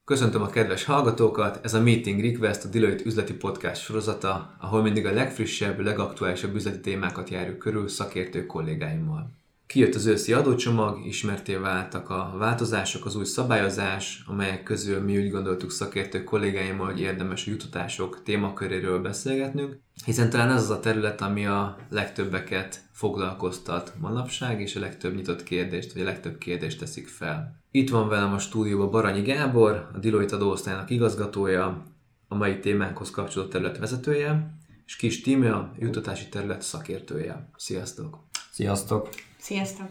Köszöntöm a kedves hallgatókat, ez a Meeting Request, a Deloitte üzleti podcast sorozata, ahol mindig a legfrissebb, legaktuálisabb üzleti témákat járjuk körül szakértő kollégáimmal. Kijött az őszi adócsomag, ismertté váltak a változások, az új szabályozás, amelyek közül mi úgy gondoltuk szakértő kollégáimmal, hogy érdemes a juttatások témaköréről beszélgetnünk, hiszen talán ez az a terület, ami a legtöbbeket foglalkoztat manapság, és a legtöbb nyitott kérdést, vagy a legtöbb kérdést teszik fel. Itt van velem a stúdióban Baranyi Gábor, a Deloitte adóosztályának igazgatója, a mai témánkhoz kapcsolódó terület vezetője, és Kiss Tímea, a juttatási terület szakértője. Sziasztok! Sziasztok! Sziasztok!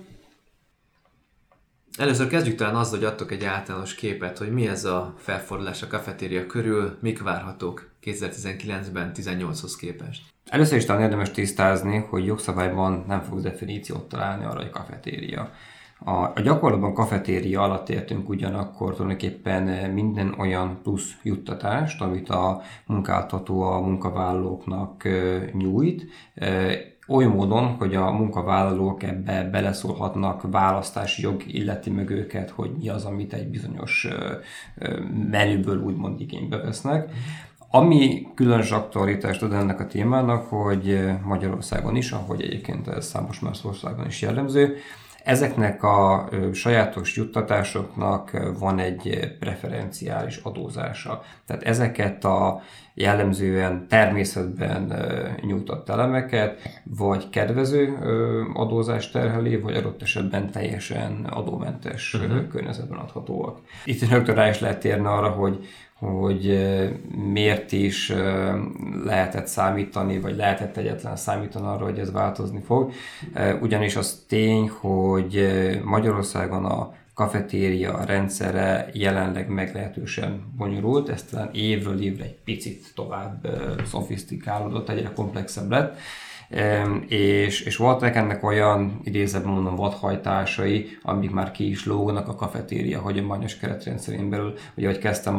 Először kezdjük talán azzal, hogy adtok egy általános képet, hogy mi ez a felfordulás a kafetéria körül, mik várhatók 2019-ben 18-hoz képest. Először is talán érdemes tisztázni, hogy jogszabályban nem fogsz definíciót találni arra, hogy kafetéria. A gyakorlatban kafetéria alatt értünk ugyanakkor tulajdonképpen minden olyan plusz juttatást, amit a munkáltató a munkavállalóknak nyújt, oly módon, hogy a munkavállalók ebbe beleszólhatnak, választási jog illeti meg őket, hogy mi az, amit egy bizonyos menüből úgymond igénybe vesznek. Ami különös aktualitást ad ennek a témának, hogy Magyarországon is, ahogy egyébként ez számos más országban is jellemző, ezeknek a sajátos juttatásoknak van egy preferenciális adózása. Tehát ezeket a jellemzően természetben nyújtott elemeket vagy kedvező adózást terheli, vagy adott esetben teljesen adómentes környezetben adhatóak. Itt rögtön rá is lehet térni arra, hogy miért is lehetett számítani, vagy lehetett egyetlen számítani arra, hogy ez változni fog. Ugyanis az tény, hogy Magyarországon a kafetéria rendszere jelenleg meglehetősen bonyolult, ez talán évről évre egy picit tovább szofisztikálódott, egyre komplexebb lett. És voltak ennek olyan, idézőben mondom, vadhajtásai, amik már ki is lógnak a kafetéria hagyományos keretrendszerén belül. Ugye, ahogy kezdtem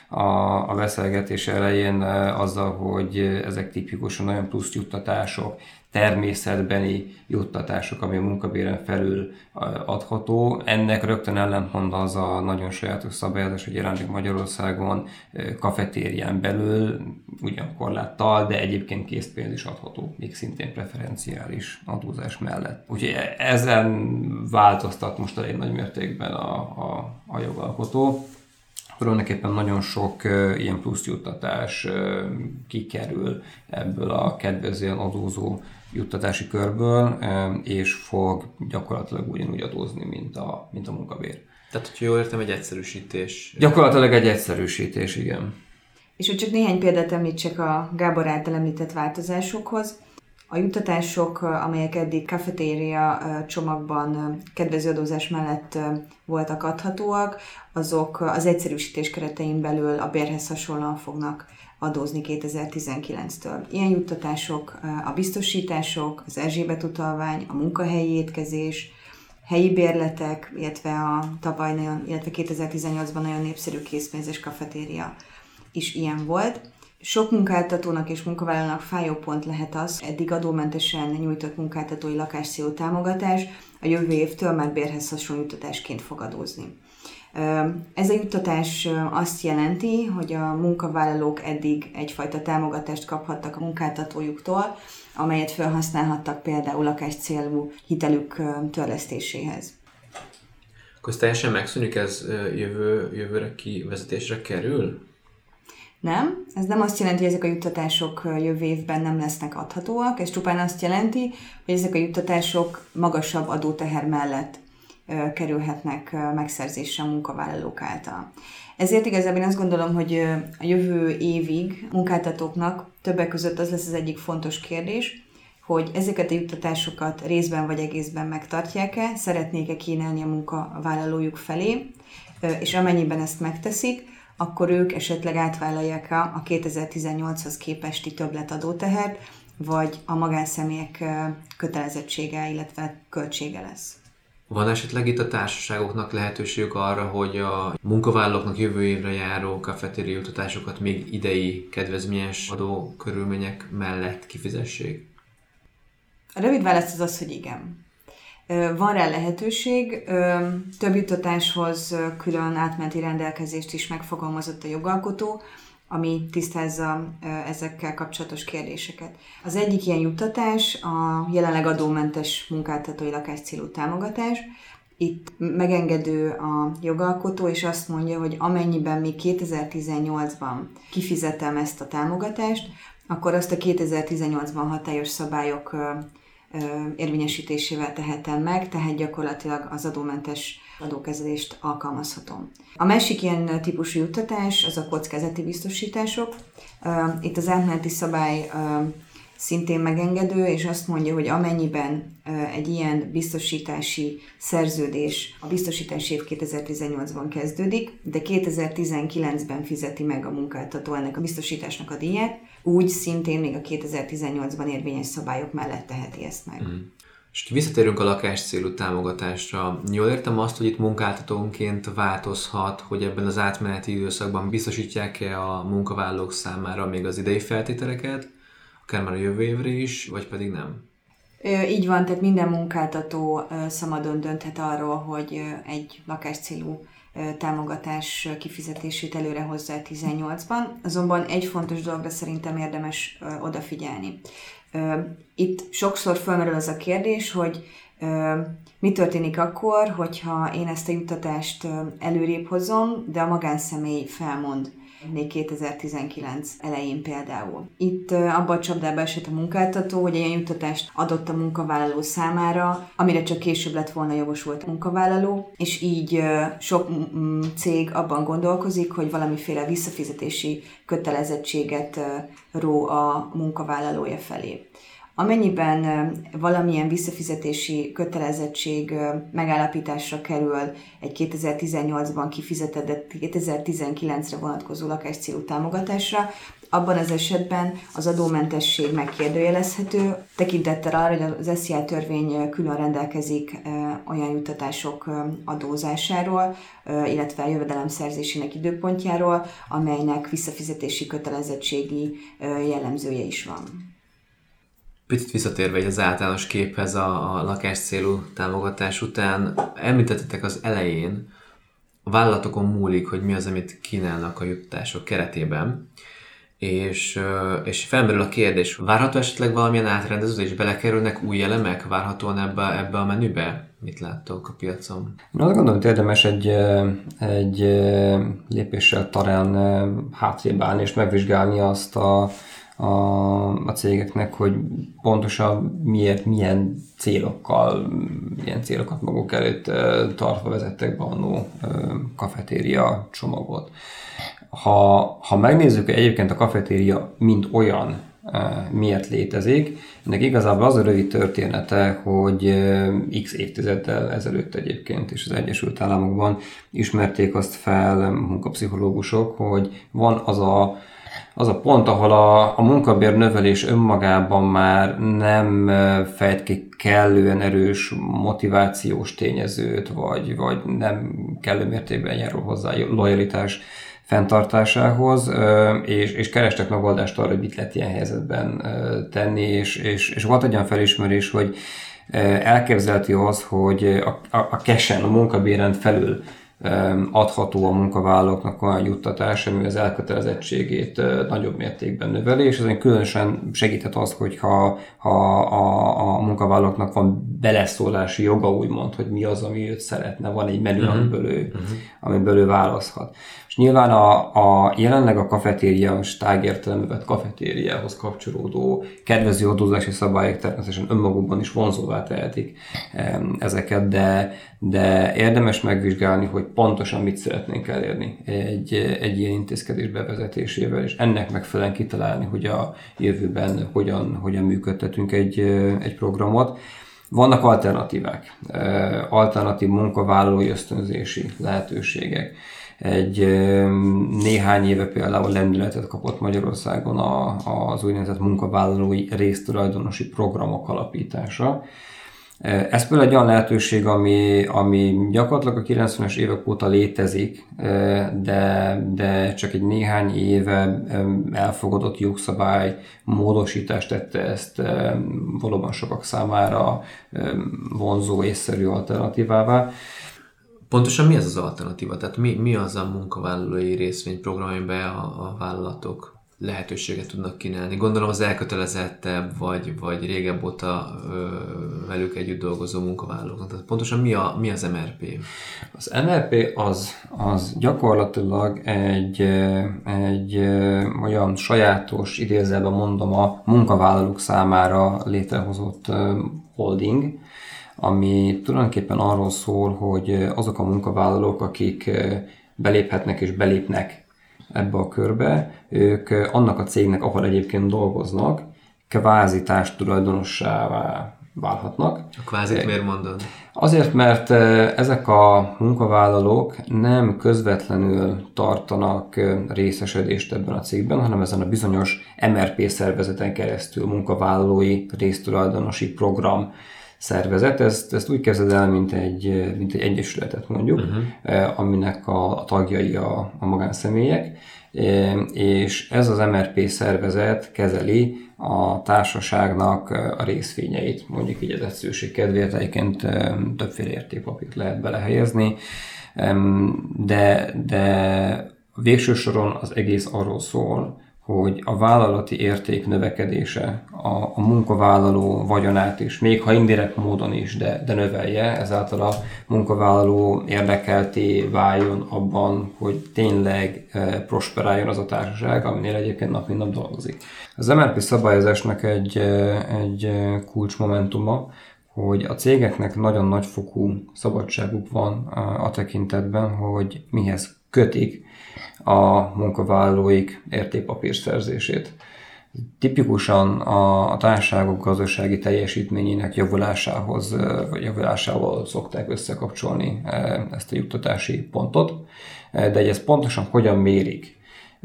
a beszélgetés elején azzal, hogy ezek tipikusan olyan plusz juttatások, természetbeni juttatások, ami a munkabéren felül adható. Ennek rögtön ellentmond az a nagyon sajátos szabályozás, hogy jelenleg Magyarországon kafetérián belül ugyan korláttal, de egyébként készpénz is adható, még szintén preferenciális adózás mellett. Úgyhogy ezen változtat most elég nagy mértékben a jogalkotó. Tulajdonképpen nagyon sok ilyen plusz juttatás kikerül ebből a kedvezően adózó juttatási körből, és fog gyakorlatilag ugyanúgy adózni, mint a munkabér. Tehát, hogyha jól értem, egy egyszerűsítés. Gyakorlatilag egy egyszerűsítés, igen. És hogy csak néhány példát említsek a Gábor által említett változásokhoz. A juttatások, amelyek eddig kafetéria csomagban kedvező adózás mellett voltak adhatóak, azok az egyszerűsítés keretein belül a bérhez hasonlóan fognak adózni 2019-től. Ilyen juttatások a biztosítások, az Erzsébet utalvány, a munkahelyi étkezés, helyi bérletek, illetve a tavaly illetve 2018-ban nagyon népszerű készpénzes kafetéria is ilyen volt. Sok munkáltatónak és munkavállalónak fájó pont lehet az, eddig adómentesen nyújtott munkáltatói lakásszéló támogatás a jövő évtől már bérhez hasonló juttatásként fog adózni. Ez a juttatás azt jelenti, hogy a munkavállalók eddig egyfajta támogatást kaphattak a munkáltatójuktól, amelyet felhasználhattak például lakáscélú hitelük törlesztéséhez. Akkor teljesen megszűnik, ez jövőre kivezetésre kerül? Nem, ez nem azt jelenti, hogy ezek a juttatások jövő évben nem lesznek adhatóak, ez csupán azt jelenti, hogy ezek a juttatások magasabb adóteher mellett kerülhetnek megszerzésre a munkavállalók által. Ezért igazából én azt gondolom, hogy a jövő évig munkáltatóknak többek között az lesz az egyik fontos kérdés, hogy ezeket a juttatásokat részben vagy egészben megtartják-e, szeretnék-e kínálni a munkavállalójuk felé, és amennyiben ezt megteszik, akkor ők esetleg átvállalják a 2018-hoz képesti többletadótehert, vagy a magánszemélyek kötelezettsége, illetve költsége lesz. Van esetleg itt a társaságoknak lehetőségük arra, hogy a munkavállalóknak jövő évre járó kafetéria juttatásokat még idei kedvezményes adókörülmények mellett kifizessék? A rövid válasz az, hogy igen. Van rá lehetőség, több juttatáshoz külön átmeneti rendelkezést is megfogalmazott a jogalkotó, ami tisztázza ezekkel kapcsolatos kérdéseket. Az egyik ilyen juttatás a jelenleg adómentes munkáltatói lakáscélú támogatás. Itt megengedő a jogalkotó, és azt mondja, hogy amennyiben még 2018-ban kifizetem ezt a támogatást, akkor azt a 2018-ban hatályos szabályok érvényesítésével tehetem meg, tehát gyakorlatilag az adómentes adókezelést alkalmazhatom. A másik ilyen típusú juttatás az a kockázati biztosítások. Itt az átmeneti szabály szintén megengedő, és azt mondja, hogy amennyiben egy ilyen biztosítási szerződés a biztosítási év 2018-ban kezdődik, de 2019-ben fizeti meg a munkáltató ennek a biztosításnak a díját, úgy szintén még a 2018-ban érvényes szabályok mellett teheti ezt meg. És visszatérünk a lakáscélú támogatásra. Jól értem azt, hogy itt munkáltatónként változhat, hogy ebben az átmeneti időszakban biztosítják-e a munkavállalók számára még az idei feltételeket, akár már a jövő évre is, vagy pedig nem? Így van, tehát minden munkáltató szabadon dönthet arról, hogy egy lakáscélú támogatás kifizetését előre hozza 18-ban, azonban egy fontos dologra szerintem érdemes odafigyelni. Itt sokszor felmerül az a kérdés, hogy mi történik akkor, hogyha én ezt a juttatást előrébb hozom, de a magánszemély felmond még 2019 elején például. Itt abban a csapdába esett a munkáltató, hogy ilyen juttatást adott a munkavállaló számára, amire csak később lett volna jogosult a munkavállaló, és így sok cég abban gondolkozik, hogy valamiféle visszafizetési kötelezettséget ró a munkavállalója felé. Amennyiben valamilyen visszafizetési kötelezettség megállapításra kerül egy 2018-ban kifizetett, de 2019-re vonatkozó lakáscélú támogatásra, abban az esetben az adómentesség megkérdőjelezhető, tekintettel arra, hogy az SZIA törvény külön rendelkezik olyan juttatások adózásáról, illetve a jövedelem szerzésének időpontjáról, amelynek visszafizetési kötelezettségi jellemzője is van. Picit visszatérve az általános képhez a lakáscélú támogatás után, említettetek az elején, a vállalatokon múlik, hogy mi az, amit kínálnak a juttatások keretében, és felmerül a kérdés, várható esetleg valamilyen átrendeződés, belekerülnek új elemek várhatóan ebbe a menübe? Mit láttok a piacon? Én azt gondolom, hogy érdemes egy lépéssel talán hátrébb állni és megvizsgálni azt a cégeknek, hogy pontosan miért, milyen célokat maguk előtt tartva vezettek be annó kafetéria csomagot. Ha megnézzük, hogy egyébként a kafetéria mint olyan miért létezik, ennek igazából az a rövid története, hogy x évtizeddel ezelőtt egyébként és az Egyesült Államokban ismerték azt fel munkapszichológusok, hogy van az a pont, ahol a munkabér növelés önmagában már nem fejt ki kellően erős motivációs tényezőt, vagy nem kellő mértékben járul hozzá lojalitás fenntartásához, és kerestek megoldást arra, hogy mit lehet ilyen helyzetben tenni, és volt egy olyan felismerés, hogy elképzelhető az, hogy a cash-en, a munkabéren felül adható a munkavállalóknak olyan juttatás, ami az elkötelezettségét nagyobb mértékben növeli, és ezen különösen segített az, hogyha a munkavállalóknak van beleszólási joga, úgymond, hogy mi az, ami őt szeretne, van egy menü, amiből ő választhat. És nyilván jelenleg a kafetéria, tágértelembe vett kafetériához kapcsolódó kedvező adózási szabályok természetesen önmagukban is vonzóvá tehetik ezeket, de érdemes megvizsgálni, hogy pontosan mit szeretnénk elérni egy ilyen intézkedés bevezetésével, és ennek megfelelően kitalálni, hogy a jövőben hogyan működtetünk egy programot. Vannak alternatívák, alternatív munkavállalói ösztönzési lehetőségek. Néhány éve például lendületet kapott Magyarországon az úgynevezett munkavállalói résztulajdonosi programok alapítása, Ez például egy olyan lehetőség, ami gyakorlatilag a 90-es évek óta létezik, de csak egy néhány éve elfogadott jogszabály módosítást tette ezt valóban sokak számára vonzó, észszerű alternatívává. Pontosan mi ez az alternatíva? Tehát mi az a munkavállalói részvényprogram, amiben a vállalatok lehetőséget tudnak kínálni? Gondolom az elkötelezettebb, vagy régebb óta velük együtt dolgozó munkavállalóknak. Tehát pontosan mi az MRP? Az MRP az gyakorlatilag egy olyan sajátos, idézőjelben mondom, a munkavállalók számára létrehozott holding, ami tulajdonképpen arról szól, hogy azok a munkavállalók, akik beléphetnek és belépnek ebbe a körbe, ők annak a cégnek, ahol egyébként dolgoznak, kvázi társtulajdonossá válhatnak. A kvázit miért mondod? Azért, mert ezek a munkavállalók nem közvetlenül tartanak részesedést ebben a cégben, hanem ezen a bizonyos MRP szervezeten keresztül munkavállalói résztulajdonosi program szervezet. Ezt úgy képzeld el, mint egy egyesületet mondjuk, aminek a tagjai a magánszemélyek, és ez az MRP szervezet kezeli a társaságnak a részvényeit, mondjuk így az egyszerűség kedvéért, egyébként többféle értékpapírt lehet belehelyezni, de végső soron az egész arról szól, hogy a vállalati érték növekedése a munkavállaló vagyonát is, még ha indirekt módon is, de növelje, ezáltal a munkavállaló érdekelté váljon abban, hogy tényleg prosperáljon az a társaság, aminél egyébként nap mint nap dolgozik. Az MRP szabályozásnak egy kulcsmomentuma, hogy a cégeknek nagyon nagyfokú szabadságuk van a tekintetben, hogy mihez kötik a munkavállalóik értékpapírszerzését. Tipikusan a társaságok gazdasági teljesítményének javulásával szokták összekapcsolni ezt a juttatási pontot, de hogy ezt pontosan hogyan mérik,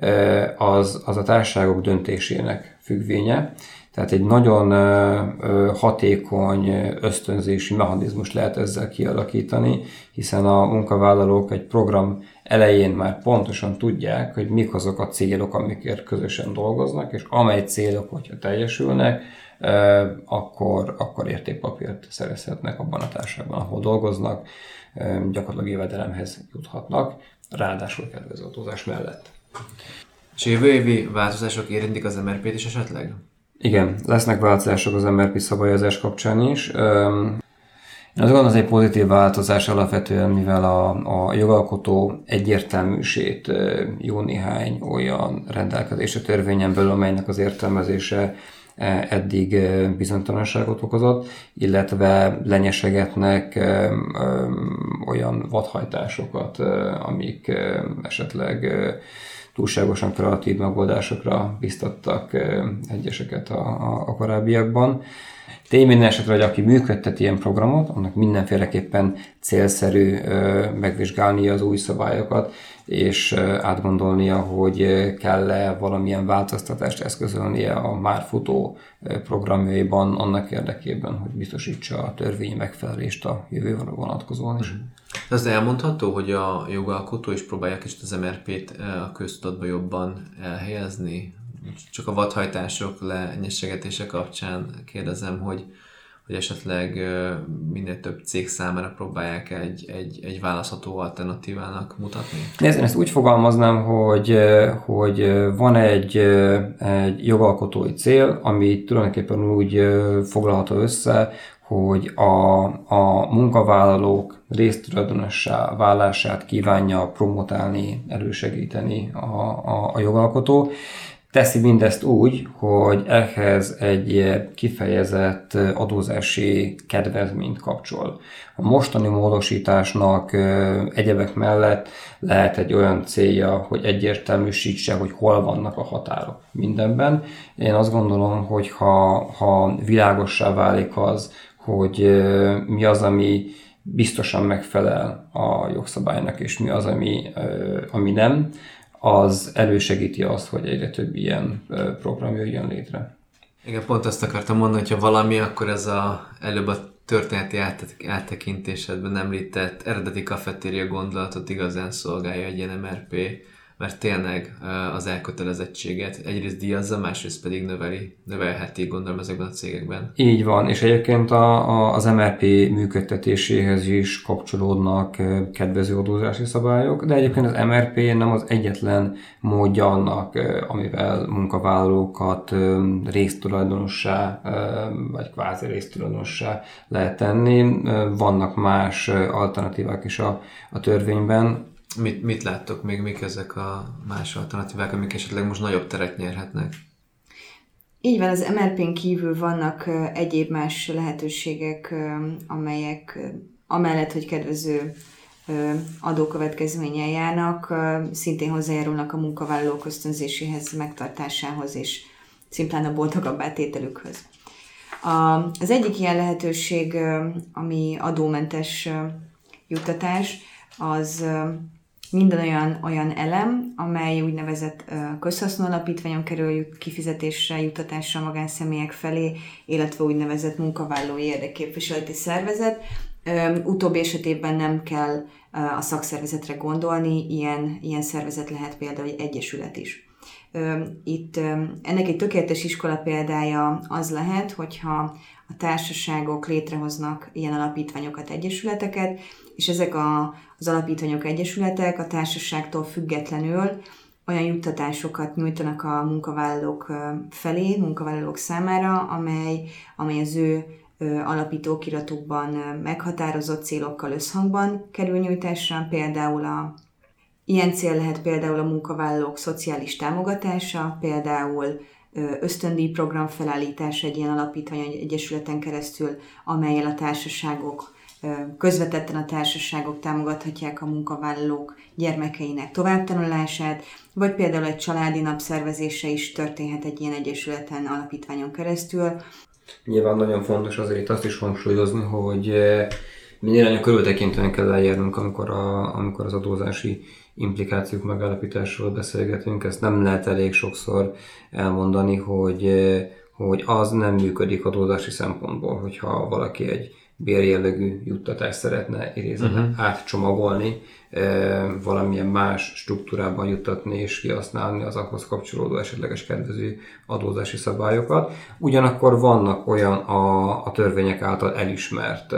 az a társaságok döntésének függvénye. Tehát egy nagyon hatékony ösztönzési mechanizmust lehet ezzel kialakítani, hiszen a munkavállalók egy program elején már pontosan tudják, hogy mik azok a célok, amikért közösen dolgoznak, és amely célok, hogyha teljesülnek, akkor értékpapírt szerezhetnek abban a társaságban, ahol dolgoznak, gyakorlatilag jövedelemhez juthatnak, ráadásul kedvező adózás mellett. És jövő évi változások érintik az MRP-t is esetleg? Igen, lesznek változások az MRP szabályozás kapcsán is. Én azt gondolom, az egy pozitív változás alapvetően, mivel a jogalkotó egyértelműsét jó néhány olyan rendelkezés a törvényen belül, amelynek az értelmezése eddig bizonytalanságot okozott, illetve lenyesegetnek olyan vadhajtásokat, amik esetleg túlságosan kreatív megoldásokra biztattak egyeseket a korábbiakban. Tény minden esetre, hogy aki működtet ilyen programot, annak mindenféleképpen célszerű megvizsgálnia az új szabályokat, és átgondolnia, hogy kell-e valamilyen változtatást eszközölnie a már futó programjaiban annak érdekében, hogy biztosítsa a törvényi megfelelést a jövőre vonatkozóan is. Az elmondható, hogy a jogalkotó is próbálja kicsit az MRP-t a köztudatba jobban elhelyezni? Csak a vadhajtások lenyesegetése kapcsán kérdezem, hogy esetleg minél több cég számára próbálják egy választható alternatívának mutatni? Én ezt úgy fogalmaznám, hogy van egy jogalkotói cél, ami tulajdonképpen úgy foglalható össze, hogy a munkavállalók résztulajdonossá válását kívánja promotálni, elősegíteni a jogalkotó. Teszi mindezt úgy, hogy ehhez egy kifejezett adózási kedvezményt kapcsol. A mostani módosításnak egyebek mellett lehet egy olyan célja, hogy egyértelműsítse, hogy hol vannak a határok mindenben. Én azt gondolom, hogy ha világossá válik az, hogy mi az, ami biztosan megfelel a jogszabálynak, és mi az, ami nem, az elősegíti azt, hogy egyre több ilyen program jöjjön létre. Igen, pont azt akartam mondani, hogy ha valami, akkor ez előbb a történeti áttekintésedben említett eredeti kafetéria gondolatot igazán szolgálja egy ilyen MRP, mert tényleg az elkötelezettséget egyrészt díjazza, másrészt pedig növelheti, gondolom, ezekben a cégekben. Így van, és egyébként az MRP működtetéséhez is kapcsolódnak kedvező adózási szabályok, de egyébként az MRP nem az egyetlen módja annak, amivel munkavállalókat résztulajdonossá, vagy kvázi résztulajdonossá lehet tenni. Vannak más alternatívák is a törvényben. Mit láttok még, mik ezek a más alternatívák, amik esetleg most nagyobb teret nyerhetnek? Így van, az MRP-n kívül vannak egyéb más lehetőségek, amelyek amellett, hogy kedvező adókövetkezménnyel járnak, szintén hozzájárulnak a munkavállalók ösztönzéséhez, megtartásához és szimplán a boldogabbá tételükhöz. Az egyik ilyen lehetőség, ami adómentes juttatás, az minden olyan elem, amely úgynevezett közhasznú alapítványon kerül kifizetésre, juttatásra magánszemélyek felé, illetve úgynevezett munkavállalói érdekképviseleti szervezet. Utóbbi esetében nem kell a szakszervezetre gondolni, ilyen szervezet lehet például egy egyesület is. Itt ennek egy tökéletes iskola példája az lehet, hogyha a társaságok létrehoznak ilyen alapítványokat, egyesületeket, és ezek az alapítványok, egyesületek a társaságtól függetlenül olyan juttatásokat nyújtanak a munkavállalók felé, munkavállalók számára, amely az ő alapítókiratukban meghatározott célokkal összhangban kerül nyújtásra. Ilyen cél lehet például a munkavállalók szociális támogatása, például ösztöndíjprogram felállítása egy ilyen alapítvány, egy egyesületen keresztül, amellyel a társaságok, közvetetten a társaságok támogathatják a munkavállalók gyermekeinek továbbtanulását, vagy például egy családi nap szervezése is történhet egy ilyen egyesületen, alapítványon keresztül. Nyilván nagyon fontos azért itt azt is hangsúlyozni, hogy minél nagyon körültekintően kell eljárnunk, amikor az adózási implikációk megállapításról beszélgetünk. Ezt nem lehet elég sokszor elmondani, hogy az nem működik adózási szempontból, hogyha valaki egy bérjellegű juttatást szeretne átcsomagolni, valamilyen más struktúrában juttatni és kihasználni az ahhoz kapcsolódó esetleges kedvező adózási szabályokat. Ugyanakkor vannak olyan a törvények által elismert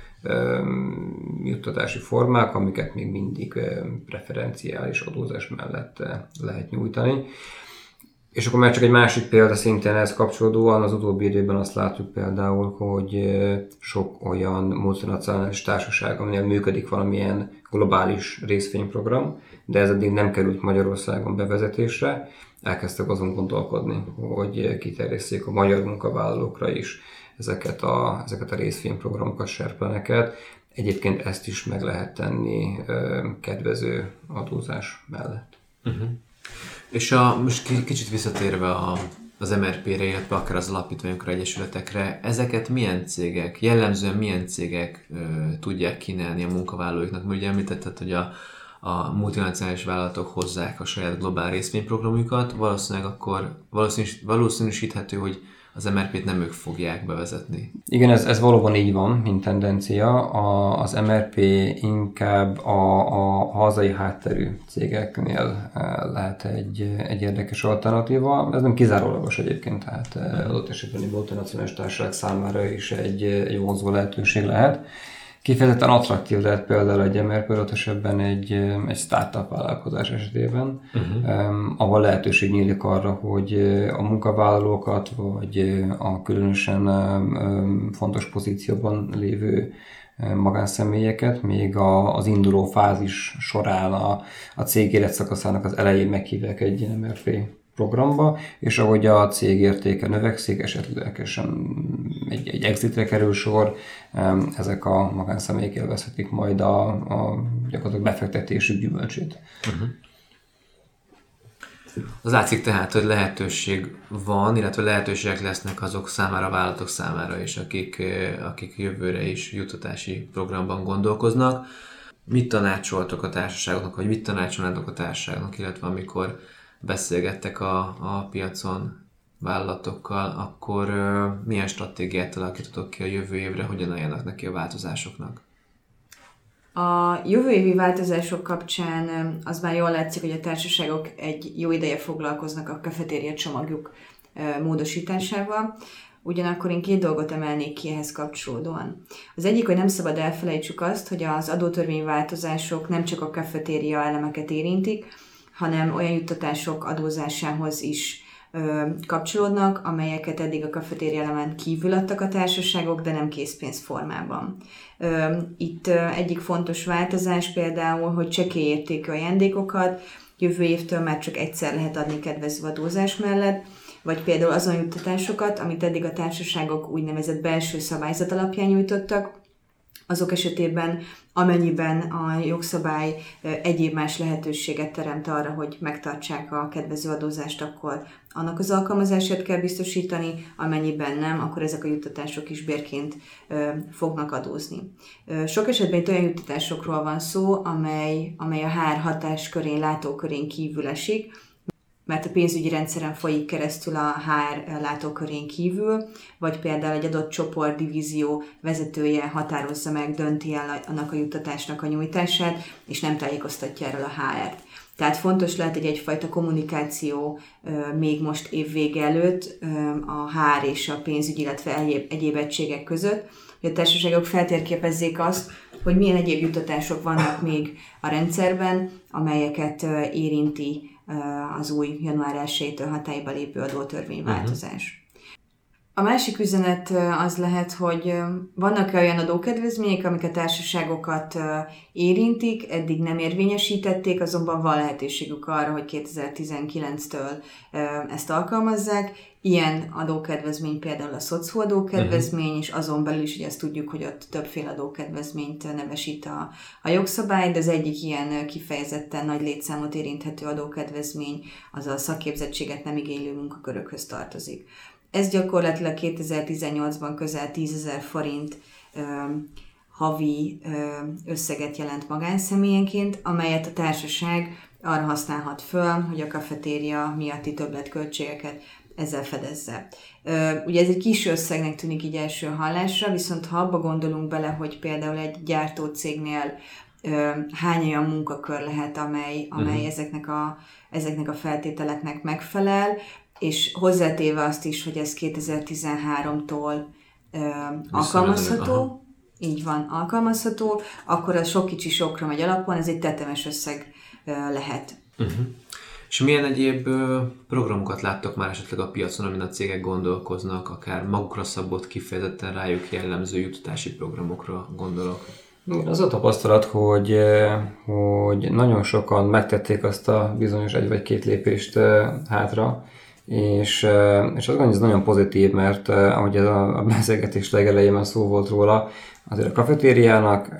juttatási formák, amiket még mindig preferenciális adózás mellett lehet nyújtani. És akkor már csak egy másik példa szintén ehhez kapcsolódóan, az utóbbi időben azt látjuk például, hogy sok olyan multinacionális társaság, aminél működik valamilyen globális részvényprogram, de ez eddig nem került Magyarországon bevezetésre, elkezdtek azon gondolkodni, hogy kiterjesszék a magyar munkavállalókra is ezeket a részvényprogramokat, serpleneket. Egyébként ezt is meg lehet tenni kedvező adózás mellett. Uh-huh. És most kicsit visszatérve az MRP-re, illetve akár az alapítványokra, egyesületekre, ezeket jellemzően milyen cégek tudják kínálni a munkavállalóiknak? Mert ugye említetted, hogy a multinacionális vállalatok hozzák a saját globál részvényprogramjukat, valószínűleg akkor valószínűsíthető, hogy az MRP-t nem ők fogják bevezetni. Igen, ez valóban így van, mint tendencia. Az MRP inkább a hazai hátterű cégeknél lehet egy érdekes alternatíva. Ez nem kizárólagos egyébként, tehát adott esetben egy multinacionális társaság számára is egy vonzó lehetőség lehet. Kifejezetten attraktív lehet például egy MRP, adott esetben egy startup vállalkozás esetében, ahol lehetőség nyílik arra, hogy a munkavállalókat, vagy a különösen fontos pozícióban lévő magánszemélyeket még az induló fázis során a cég életszakaszának az elején meghívják egy MRP programba, és ahogy a cég értéke növekszik, esetlegesen egy exitre kerül sor, ezek a magánszemélyek élvezhetik majd a gyakorlatilag befektetésük gyümölcsét. Uh-huh. Az látszik tehát, hogy lehetőség van, illetve lehetőségek lesznek azok számára, a vállalatok számára is, akik jövőre is juttatási programban gondolkoznak. Mit tanácsoltok a társaságoknak, vagy mit tanácsolnátok a társaságoknak, illetve amikor beszélgettek a piacon vállalatokkal, akkor milyen stratégiát alakítotok ki a jövő évre, hogyan álljanak neki a változásoknak? A jövő évi változások kapcsán az már jól látszik, hogy a társaságok egy jó ideje foglalkoznak a kafetéria csomagjuk módosításával. Ugyanakkor én 2 dolgot emelnék ki ehhez kapcsolódóan. Az egyik, hogy nem szabad elfelejtsük azt, hogy az adótörvényváltozások nem csak a kafetéria elemeket érintik, hanem olyan juttatások adózásához is kapcsolódnak, amelyeket eddig a kafetéria elemen kívül adtak a társaságok, de nem készpénz formában. Itt egyik fontos változás például, hogy csekélyértékű ajándékokat jövő évtől már csak egyszer lehet adni kedvező adózás mellett, vagy például azon juttatásokat, amit eddig a társaságok úgynevezett belső szabályzat alapján nyújtottak, azok esetében, amennyiben a jogszabály egyéb más lehetőséget teremt arra, hogy megtartsák a kedvező adózást, akkor annak az alkalmazását kell biztosítani, amennyiben nem, akkor ezek a juttatások is bérként fognak adózni. Sok esetben itt olyan juttatásokról van szó, amely a HR hatáskörén, látókörén kívül esik, mert a pénzügyi rendszeren folyik keresztül a HR látókörén kívül, vagy például egy adott csoport, divízió vezetője határozza meg, dönti el annak a juttatásnak a nyújtását, és nem tájékoztatja erről a HR-t. Tehát fontos lehet egyfajta kommunikáció még most évvége előtt a HR és a pénzügyi, illetve egyéb egységek között, hogy a társaságok feltérképezzék azt, hogy milyen egyéb juttatások vannak még a rendszerben, amelyeket érinti az új január 1-től hatályba lépő adótörvényváltozás. A másik üzenet az lehet, hogy vannak olyan adókedvezmények, amik a társaságokat érintik, eddig nem érvényesítették, azonban van lehetőségük arra, hogy 2019-től ezt alkalmazzák. Ilyen adókedvezmény például a szocióadókedvezmény, és azon belül is, hogy azt tudjuk, hogy ott többféle adókedvezményt nevesít a jogszabály, de az egyik ilyen kifejezetten nagy létszámot érinthető adókedvezmény, az a szakképzettséget nem igénylő munkakörökhöz tartozik. Ez gyakorlatilag 2018-ban közel 10 000 forint havi összeget jelent magánszemélyenként, amelyet a társaság arra használhat föl, hogy a kafetéria miatti többletköltségeket ezzel fedezze. Ugye ez egy kis összegnek tűnik így első hallásra, viszont ha abba gondolunk bele, hogy például egy gyártócégnél hány olyan munkakör lehet, amely ezeknek a feltételeknek megfelel, és hozzátéve azt is, hogy ez 2013-tól alkalmazható, így van, alkalmazható, akkor az sok kicsi sokra megy alapon, ez egy tetemes összeg lehet. És milyen egyéb programokat láttok már esetleg a piacon, amin a cégek gondolkoznak, akár magukra szabott, kifejezetten rájuk jellemző juttatási programokra gondolok? Az a tapasztalat, hogy nagyon sokan megtették azt a bizonyos 1 vagy 2 lépést hátra, és azt gondolom, hogy ez nagyon pozitív, mert ahogy ez a beszélgetés legelején már szó volt róla, azért a kafetériának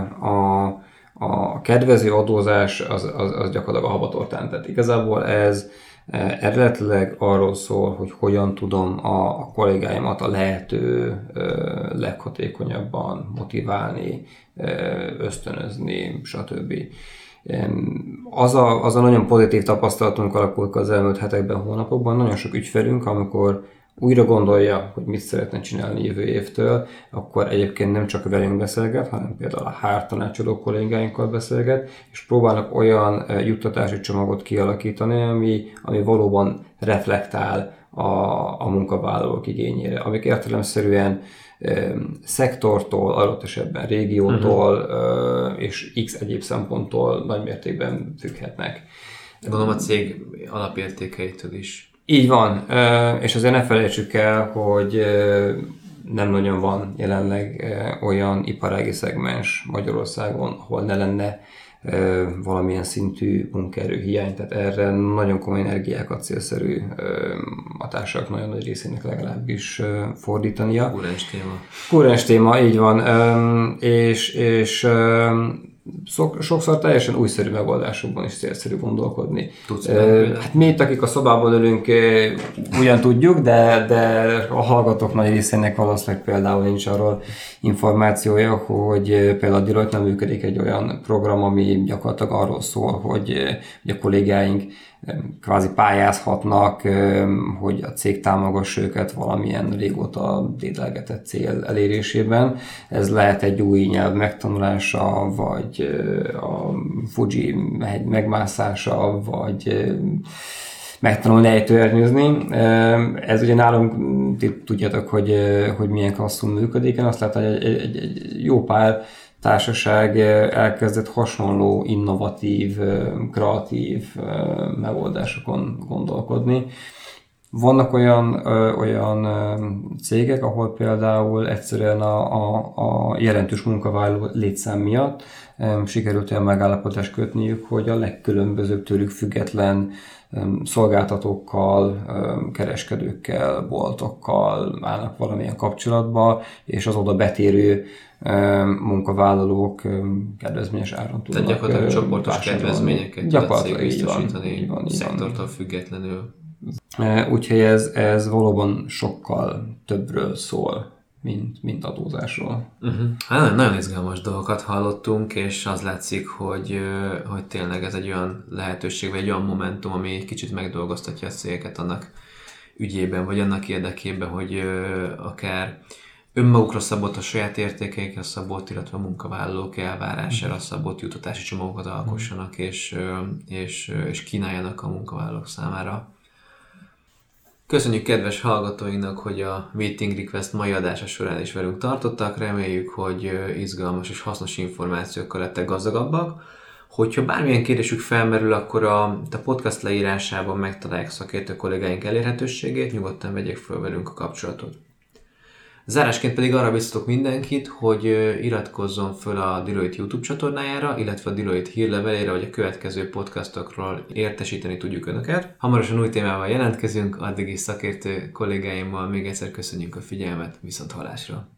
a kedvező adózás az gyakorlatilag a habatortán. Tehát igazából ez eredetileg arról szól, hogy hogyan tudom a kollégáimat a lehető leghatékonyabban motiválni, ösztönözni, stb. Az a nagyon pozitív tapasztalatunk alakult az elmúlt hetekben, hónapokban. Nagyon sok ügyfelünk, amikor újra gondolja, hogy mit szeretne csinálni jövő évtől, akkor egyébként nem csak velünk beszélget, hanem például a HR tanácsadó kollégáinkkal beszélget, és próbálnak olyan juttatási csomagot kialakítani, ami valóban reflektál a munkavállalók igényére, amik értelemszerűen szektortól, adott esetben régiótól és x egyéb szemponttól nagymértékben függhetnek. Gondolom a cég alapértékeitől is. Így van, és azért ne felejtsük el, hogy nem nagyon van jelenleg olyan iparági szegmens Magyarországon, ahol ne lenne valamilyen szintű munkaerő hiány, tehát erre nagyon komoly energiákat célszerű a társaság nagyon nagy részének legalábbis fordítania. Kúrens téma, így van, és sokszor teljesen újszerű megoldásokban is célszerű gondolkodni. Hát mi itt, akik a szobában ülünk, ugyan tudjuk, de a hallgatók nagy részének valószínűleg például nincs arról információja, hogy például a Deloitte-nál működik egy olyan program, ami gyakorlatilag arról szól, hogy a kollégáink kvázi pályázhatnak, hogy a cég támogassa őket valamilyen régóta dédelgetett cél elérésében. Ez lehet egy új nyelv megtanulása, vagy a Fuji hegy megmászása, vagy megtanulni ejtőernyőzni. Ez ugye nálunk, tudjátok, hogy milyen klasszul működik. Én azt látom, hogy egy jó pár társaság elkezdett hasonló, innovatív, kreatív megoldásokon gondolkodni. Vannak olyan cégek, ahol például egyszerűen a jelentős munkavállaló létszám miatt sikerült olyan megállapodást kötniük, hogy a legkülönbözőbb tőlük független szolgáltatókkal, kereskedőkkel, boltokkal állnak valamilyen kapcsolatba, és az oda betérő munkavállalók kedvezményes áron tudnak. Tehát gyakorlatilag csoportos kedvezményeket tud a cég biztosítani szektortól függetlenül. Úgyhogy ez valóban sokkal többről szól, mint adózásról. Hát nagyon izgalmas dolgokat hallottunk, és az látszik, hogy tényleg ez egy olyan lehetőség, vagy egy olyan momentum, ami egy kicsit megdolgoztatja a cégeket annak ügyében, vagy annak érdekében, hogy akár önmagukra szabott, a saját értékeikre szabott, illetve a munkavállalók elvárására szabott juttatási csomagokat alkossanak, és kínáljanak a munkavállalók számára. Köszönjük kedves hallgatóinknak, hogy a Meeting Request mai adása során is velünk tartottak. Reméljük, hogy izgalmas és hasznos információkkal lettek gazdagabbak. Hogyha bármilyen kérdésük felmerül, akkor a podcast leírásában megtalálják szakértő kollégáink elérhetőségét, nyugodtan vegyék föl velünk a kapcsolatot. Zárásként pedig arra biztatok mindenkit, hogy iratkozzon föl a Deloitte YouTube csatornájára, illetve a Deloitte hírlevelére, hogy a következő podcastokról értesíteni tudjuk Önöket. Hamarosan új témával jelentkezünk, addig is szakértő kollégáimmal még egyszer köszönjük a figyelmet, viszonthallásra!